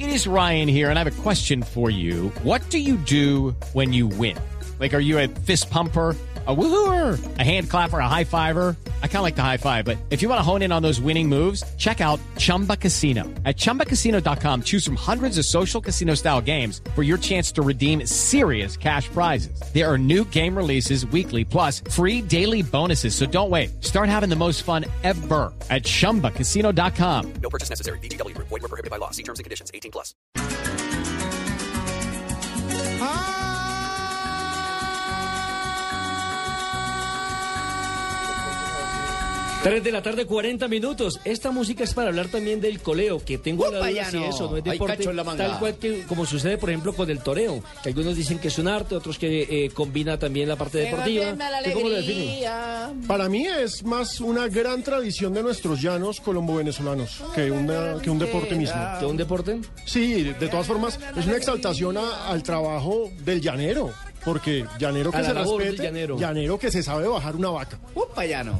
It is Ryan here, and I have a question for you. What do you do when you win? Like, are you a fist pumper, a woohooer, a hand clapper, a high fiver? I kind of like the high five, but if you want to hone in on those winning moves, check out Chumba Casino. At ChumbaCasino.com, choose from hundreds of social casino-style games for your chance to redeem serious cash prizes. There are new game releases weekly, plus free daily bonuses. So don't wait. Start having the most fun ever at ChumbaCasino.com. No purchase necessary. VGW Group. Void where prohibited by law. See terms and conditions. 18+. 3 de la tarde, 40 minutos. Esta música es para hablar también del coleo, que tengo la duda si eso no es deporte, tal cual que como sucede, por ejemplo, con el toreo, que algunos dicen que es un arte, otros que combina también la parte deportiva. ¿Cómo lo definen? Para mí es más una gran tradición de nuestros llanos colombo-venezolanos que un deporte mismo. ¿Que un deporte? Sí, de todas formas, es una exaltación al trabajo del llanero. Porque llanero que se respete, llanero que se sabe bajar una vaca. ¡Upa, llano!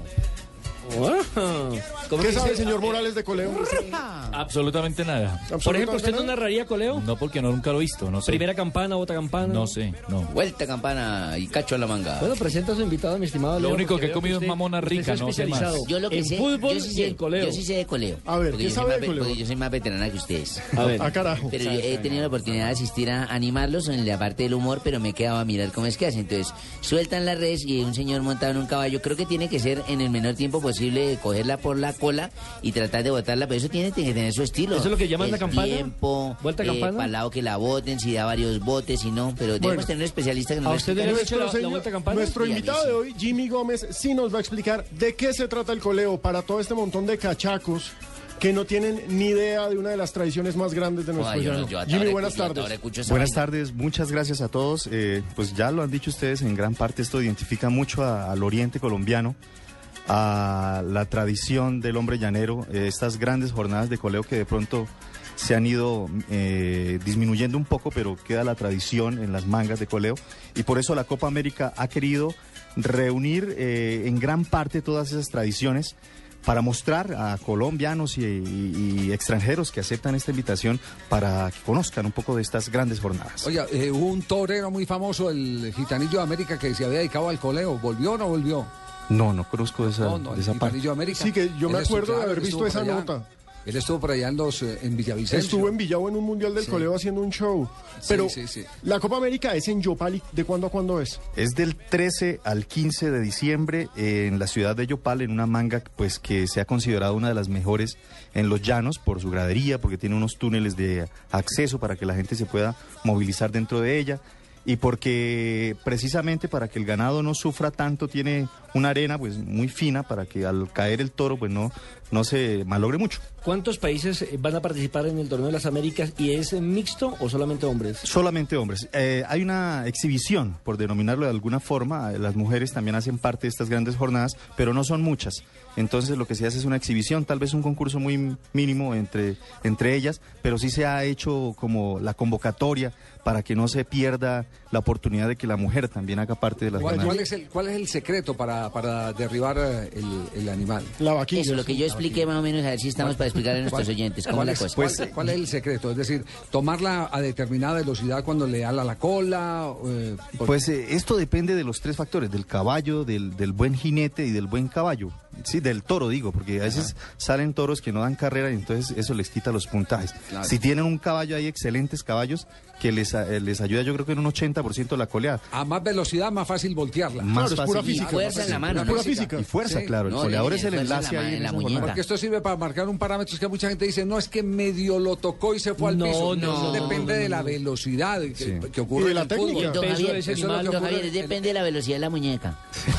¿Qué sabe el señor Morales de coleo? Absolutamente nada. Por ejemplo, ¿usted no narraría coleo? No, porque nunca lo he visto, no sé. ¿Primera campana, otra campana? No sé, no. Vuelta campana y cacho a la manga. Bueno, presenta a su invitado, mi estimado Leo. Lo único que he comido es mamona rica, no sé más. Yo lo que en sé, fútbol yo sí y sé, en coleo. Yo sí sé de coleo. A ver, ¿qué sabe de coleo? Porque yo soy más veterana que ustedes. A ver. Carajo. Pero yo he tenido la oportunidad de asistir a animarlos en la parte del humor, pero me he quedado a mirar cómo es que hacen. Entonces, sueltan las redes y un señor montado en un caballo, creo que tiene que ser en el menor tiempo posible, cogerla por la cola y tratar de botarla, pero eso tiene que tener su estilo. ¿Eso es lo que llaman la campana? Tiempo, ¿Vuelta campana? Palado que la boten, si da varios botes, si no, pero debemos tener un especialista que nos ¿A lo usted explique. le ha hecho la vuelta campana? Nuestro Sí, a mí invitado sí. de hoy, Jimmy Gómez, sí nos va a explicar de qué se trata el coleo para todo este montón de cachacos que no tienen ni idea de una de las tradiciones más grandes de nuestro llano. Jimmy, buenas tardes. Buenas tardes, muchas gracias a todos. Pues ya lo han dicho ustedes, en gran parte esto identifica mucho al oriente colombiano, a la tradición del hombre llanero, estas grandes jornadas de coleo que de pronto se han ido disminuyendo un poco, pero queda la tradición en las mangas de coleo, y por eso la Copa América ha querido reunir en gran parte todas esas tradiciones para mostrar a colombianos y extranjeros que aceptan esta invitación para que conozcan un poco de estas grandes jornadas. Oiga, hubo un torero muy famoso, el Gitanillo de América, que se había dedicado al coleo. ¿Volvió o no volvió? No conozco esa el parte. Gitanillo de América. Sí, que yo me Él acuerdo de claro, haber él visto estuvo esa por allá. nota. Él estuvo por allá en Villavicencio. Estuvo en Villavo en un mundial del coleo haciendo un show. Pero sí. la Copa América es en Yopal. ¿De cuándo a cuándo es? Es del 13 al 15 de diciembre en la ciudad de Yopal, en una manga pues que se ha considerado una de las mejores en los llanos por su gradería, porque tiene unos túneles de acceso para que la gente se pueda movilizar dentro de ella, y porque precisamente para que el ganado no sufra tanto tiene una arena pues muy fina para que al caer el toro pues no se malogre mucho. ¿Cuántos países van a participar en el Torneo de las Américas y es mixto o solamente hombres? Solamente hombres. Hay una exhibición, por denominarlo de alguna forma. Las mujeres también hacen parte de estas grandes jornadas, pero no son muchas. Entonces lo que se hace es una exhibición, tal vez un concurso muy mínimo entre ellas, pero sí se ha hecho como la convocatoria para que no se pierda la oportunidad de que la mujer también haga parte de las jornadas. ¿Cuál es el secreto para derribar el animal? La vaquilla. Eso, lo que yo expliqué más o menos, a ver si estamos para explicarle a nuestros oyentes cómo es la cosa. ¿Cuál es el secreto? Es decir, tomarla a determinada velocidad cuando le ala la cola. Pues esto depende de los tres factores, del caballo, del buen jinete y del buen caballo. Sí, del toro digo, porque a veces salen toros que no dan carrera y entonces eso les quita los puntajes. Claro. Si tienen un caballo, hay excelentes caballos que les ayuda, yo creo que en un 80% la coleada. A más velocidad, más fácil voltearla. Más claro, es pura física. Y fuerza en la mano. Es pura física. Y fuerza, Sí. claro. El coleador es el enlace ahí en la esa muñeca. jornada. Porque esto sirve para marcar un parámetro, es que mucha gente dice, no, es que medio lo tocó y se fue al piso. Eso depende de la velocidad que ocurre Y de la en el fútbol. técnica. Don peso Javier, de ese eso es lo animal, que ocurre, depende de la velocidad de la muñeca.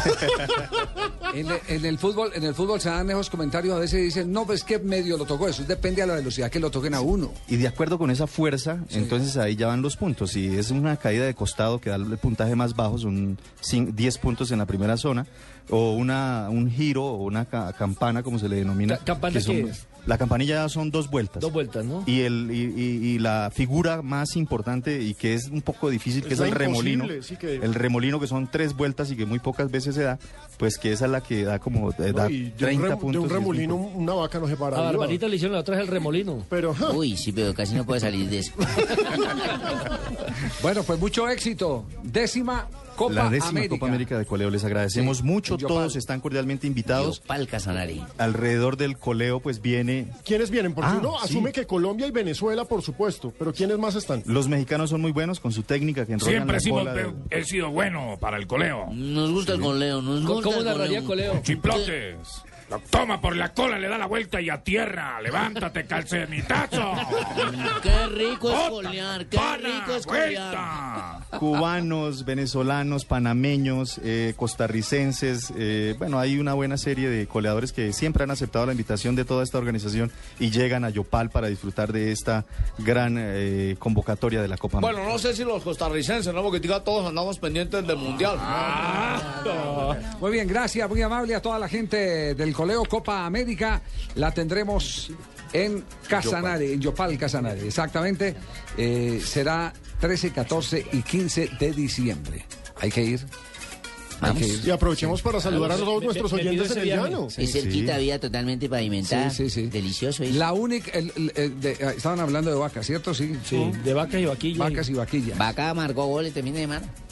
En el fútbol se dan esos comentarios, a veces dicen, no, pues que medio lo tocó, eso depende de la velocidad que lo toquen a uno. Y de acuerdo con esa fuerza, entonces ahí ya van los puntos. Si es una caída de costado que da el puntaje más bajo, son 10 puntos en la primera zona, o un giro o una campana, como se le denomina. ¿Campana qué es? La campanilla son 2 vueltas. 2 vueltas, ¿no? Y la figura más importante y que es un poco difícil, que es el remolino. Sí que... El remolino, que son 3 vueltas y que muy pocas veces se da, pues que esa es la que da como da 30 puntos. De un remolino una vaca no se para. A Barbarita le hicieron la otra vez el remolino. Pero, uy, sí, pero casi no puede salir de eso. Bueno, pues mucho éxito. 10ª Copa la 10ª América. Copa América de coleo. Les agradecemos mucho. Todos están cordialmente invitados. Yopal Casanare. Alrededor del coleo, pues viene... ¿Quiénes vienen? Porque uno asume que Colombia y Venezuela, por supuesto. Pero ¿quiénes más están? Los mexicanos son muy buenos con su técnica que enrollan Siempre la cola he sido bueno para el coleo. Nos gusta el coleo. ¿Cómo narraría coleo? Chiplotes. Lo toma por la cola, le da la vuelta y a tierra. Levántate, calcenitazo. Qué rico es colear, qué rico es colear. Cubanos, venezolanos, panameños, costarricenses. Bueno, hay una buena serie de coleadores que siempre han aceptado la invitación de toda esta organización y llegan a Yopal para disfrutar de esta gran convocatoria de la Copa América. Bueno, no sé si los costarricenses, ¿no? Porque todos andamos pendientes del Mundial. Muy bien, gracias, muy amable a toda la gente del Coleo Copa América. La tendremos en Casanare, en Yopal Casanare, exactamente. Será 13, 14 y 15 de diciembre. Hay que ir. Y aprovechemos para saludar a todos nuestros oyentes en el llano. Es cerquita, vía totalmente pavimentada. Sí. Delicioso. La única, estaban hablando de vacas, ¿cierto? Sí. De vacas y vaquillas. Vacas y vaquillas. Vaca marcó goles también de mar.